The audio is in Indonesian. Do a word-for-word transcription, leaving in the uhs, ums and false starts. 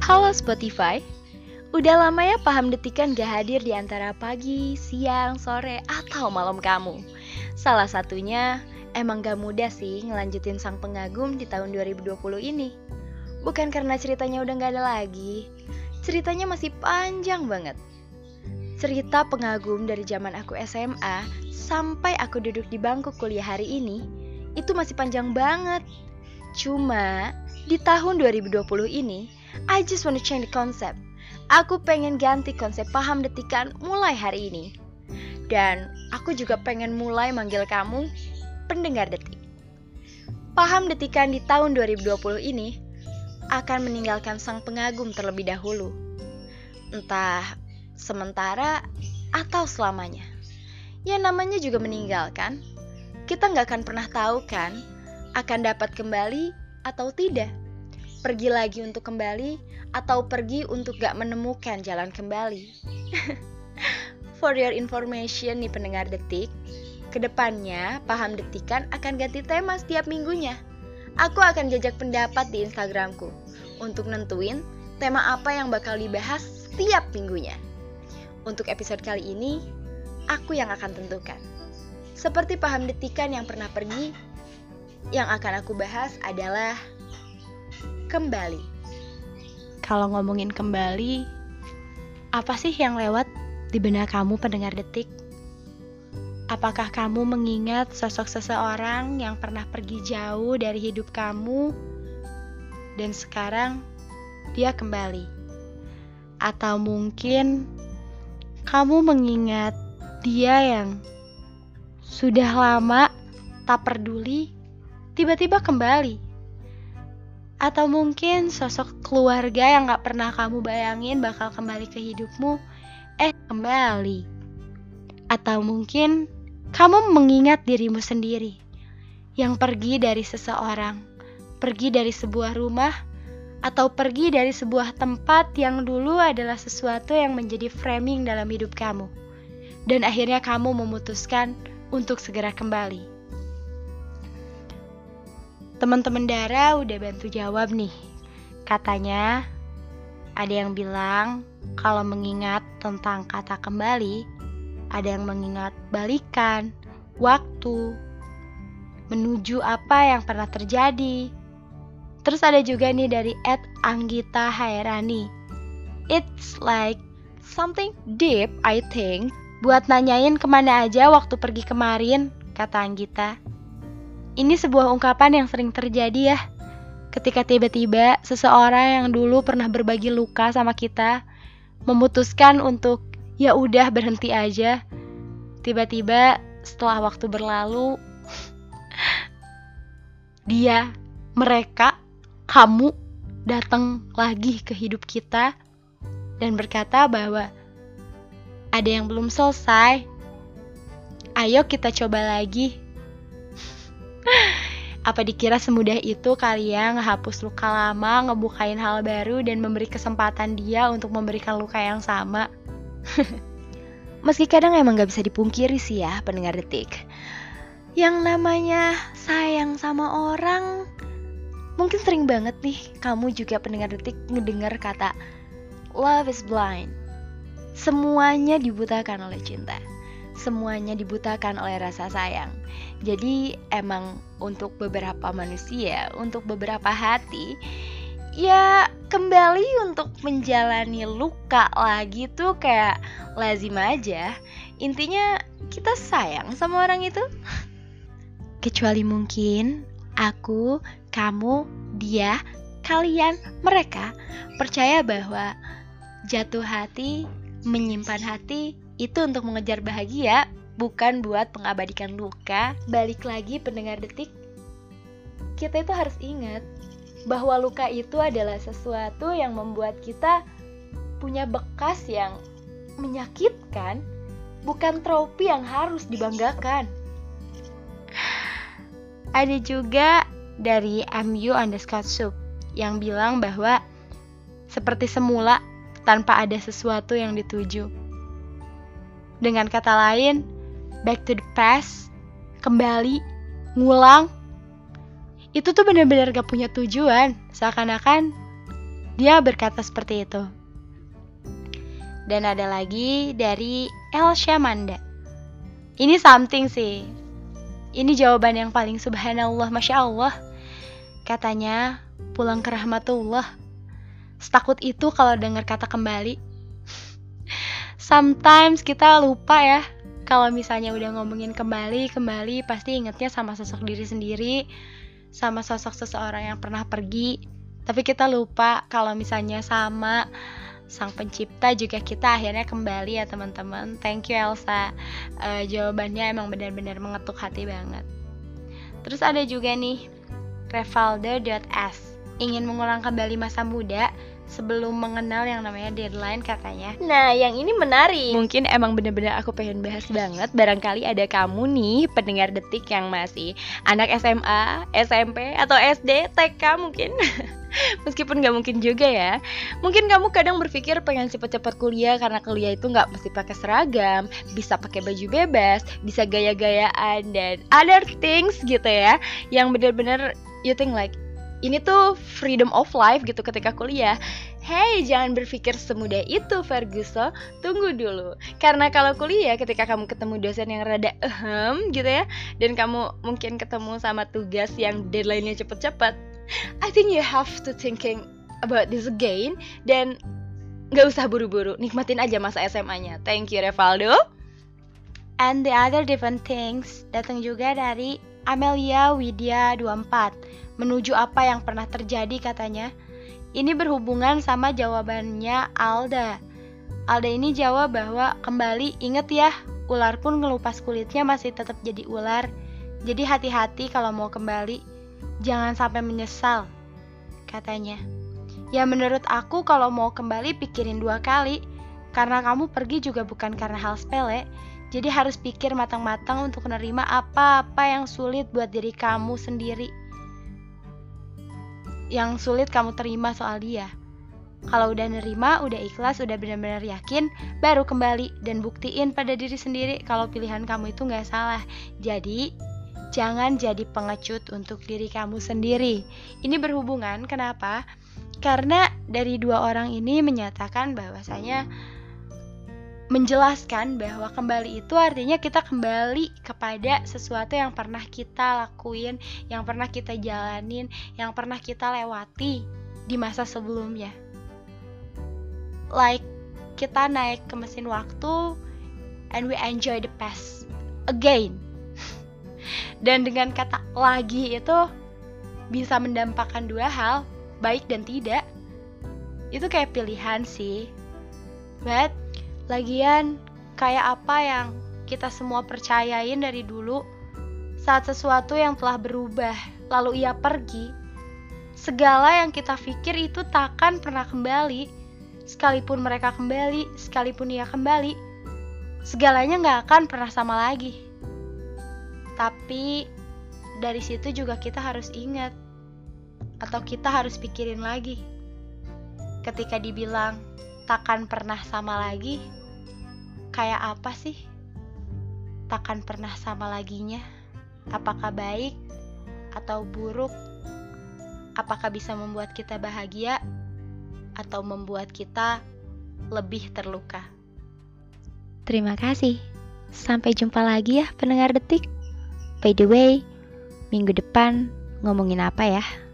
Halo Spotify, udah lama ya Paham Detikan gak hadir di antara pagi, siang, sore, atau malam kamu. Salah satunya, emang gak mudah sih ngelanjutin Sang Pengagum di tahun dua ribu dua puluh ini. Bukan karena ceritanya udah gak ada lagi, ceritanya masih panjang banget. Cerita Pengagum dari zaman aku S M A sampai aku duduk di bangku kuliah hari ini, itu masih panjang banget. Cuma, di tahun dua ribu dua puluh ini, I just wanna change the concept. Aku pengen ganti konsep Paham Detikan mulai hari ini. Dan aku juga pengen mulai manggil kamu pendengar detik. Paham Detikan di tahun dua ribu dua puluh ini akan meninggalkan Sang Pengagum terlebih dahulu. Entah sementara atau selamanya. Ya namanya juga meninggalkan. Kita gak akan pernah tahu kan akan dapat kembali atau tidak. Pergi lagi untuk kembali, atau pergi untuk gak menemukan jalan kembali. For your information nih pendengar detik, kedepannya Paham Detikan akan ganti tema setiap minggunya. Aku akan jajak pendapat di Instagramku untuk nentuin tema apa yang bakal dibahas setiap minggunya. Untuk episode kali ini, aku yang akan tentukan. Seperti Paham Detikan yang pernah pergi, yang akan aku bahas adalah kembali. Kalau ngomongin kembali, apa sih yang lewat di benak kamu pendengar detik? Apakah kamu mengingat sosok seseorang yang pernah pergi jauh dari hidup kamu dan sekarang dia kembali? Atau mungkin kamu mengingat dia yang sudah lama tak peduli tiba-tiba kembali? Atau mungkin sosok keluarga yang gak pernah kamu bayangin bakal kembali ke hidupmu, eh kembali. Atau mungkin kamu mengingat dirimu sendiri, yang pergi dari seseorang, pergi dari sebuah rumah, atau pergi dari sebuah tempat yang dulu adalah sesuatu yang menjadi framing dalam hidup kamu. Dan akhirnya kamu memutuskan untuk segera kembali. Teman-teman Dara udah bantu jawab nih. Katanya, ada yang bilang kalau mengingat tentang kata kembali, ada yang mengingat balikan, waktu, menuju apa yang pernah terjadi. Terus ada juga nih dari et Anggita Hairani. It's like something deep, I think. Buat nanyain kemana aja waktu pergi kemarin, kata Anggita. Ini sebuah ungkapan yang sering terjadi ya. Ketika tiba-tiba seseorang yang dulu pernah berbagi luka sama kita memutuskan untuk ya udah berhenti aja. Tiba-tiba setelah waktu berlalu dia, mereka, kamu datang lagi ke hidup kita dan berkata bahwa ada yang belum selesai. Ayo kita coba lagi. Apa dikira semudah itu kalian ngehapus luka lama, ngebukain hal baru, dan memberi kesempatan dia untuk memberikan luka yang sama? Meski kadang emang gak bisa dipungkiri sih ya pendengar detik, yang namanya sayang sama orang, mungkin sering banget nih kamu juga pendengar detik ngedengar kata love is blind. Semuanya dibutakan oleh cinta, semuanya dibutakan oleh rasa sayang. Jadi emang untuk beberapa manusia, untuk beberapa hati, ya kembali untuk menjalani luka lagi tuh kayak lazim aja. Intinya kita sayang sama orang itu. Kecuali mungkin aku, kamu, dia, kalian, mereka percaya bahwa jatuh hati, menyimpan hati itu untuk mengejar bahagia, bukan buat mengabadikan luka. Balik lagi pendengar detik, kita itu harus ingat bahwa luka itu adalah sesuatu yang membuat kita punya bekas yang menyakitkan, bukan trofi yang harus dibanggakan. Ada juga dari M U underscore sub yang bilang bahwa seperti semula tanpa ada sesuatu yang dituju. Dengan kata lain, back to the past, kembali, ngulang, itu tuh benar-benar gak punya tujuan. Seakan-akan Dia berkata seperti itu. Dan ada lagi dari Elsha Manda. Ini something sih. Ini jawaban yang paling subhanallah, masya Allah. Katanya, pulang ke rahmatullah. Setakut itu kalau dengar kata kembali. Sometimes kita lupa ya. Kalau misalnya udah ngomongin kembali, kembali pasti ingetnya sama sosok diri sendiri, sama sosok seseorang yang pernah pergi. Tapi kita lupa kalau misalnya sama Sang Pencipta juga kita akhirnya kembali ya teman-teman. Thank you Elsa. uh, Jawabannya emang benar-benar mengetuk hati banget. Terus ada juga nih Revaldo.s, ingin mengulang kembali masa muda sebelum mengenal yang namanya deadline katanya. Nah, yang ini menarik. Mungkin emang bener-bener aku pengen bahas banget. Barangkali ada kamu nih pendengar Detik yang masih anak S M A, S M P, atau S D, T K mungkin. Meskipun gak mungkin juga ya. Mungkin kamu kadang berpikir pengen cepet-cepet kuliah karena kuliah itu gak mesti pakai seragam, bisa pakai baju bebas, bisa gaya-gayaan dan other things gitu ya, yang bener-bener you think like ini tuh freedom of life gitu ketika kuliah. Hey, jangan berpikir semudah itu Ferguson, tunggu dulu. Karena kalau kuliah ketika kamu ketemu dosen yang rada ehem gitu ya, dan kamu mungkin ketemu sama tugas yang deadline-nya cepet-cepet, I think you have to thinking about this again. Dan gak usah buru-buru, nikmatin aja masa S M A-nya. Thank you Revaldo. And the other different things datang juga dari Amelia Widya dua puluh empat. Menuju apa yang pernah terjadi katanya. Ini berhubungan sama jawabannya Alda. Alda ini jawab bahwa kembali inget ya, ular pun ngelupas kulitnya masih tetap jadi ular. Jadi hati-hati kalau mau kembali, jangan sampai menyesal katanya. Ya menurut aku kalau mau kembali pikirin dua kali, karena kamu pergi juga bukan karena hal sepele. Jadi harus pikir matang-matang untuk menerima apa-apa yang sulit buat diri kamu sendiri, yang sulit kamu terima soal dia. Kalau udah nerima, udah ikhlas, udah benar-benar yakin, baru kembali dan buktiin pada diri sendiri kalau pilihan kamu itu gak salah. Jadi jangan jadi pengecut untuk diri kamu sendiri. Ini berhubungan, kenapa? Karena dari dua orang ini menyatakan bahwasanya, menjelaskan bahwa kembali itu artinya kita kembali kepada sesuatu yang pernah kita lakuin, yang pernah kita jalanin, yang pernah kita lewati di masa sebelumnya. Like kita naik ke mesin waktu and we enjoy the past again. Dan dengan kata lagi itu bisa mendampakkan dua hal, baik dan tidak. Itu kayak pilihan sih. But lagian, kayak apa yang kita semua percayain dari dulu, saat sesuatu yang telah berubah, lalu ia pergi, segala yang kita pikir itu takkan pernah kembali. Sekalipun mereka kembali, sekalipun ia kembali, segalanya gak akan pernah sama lagi. Tapi, dari situ juga kita harus ingat, atau kita harus pikirin lagi. Ketika dibilang, takkan pernah sama lagi, kayak apa sih takkan pernah sama laginya? Apakah baik atau buruk? Apakah bisa membuat kita bahagia atau membuat kita lebih terluka? Terima kasih. Sampai jumpa lagi ya pendengar Detik. By the way, minggu depan ngomongin apa ya?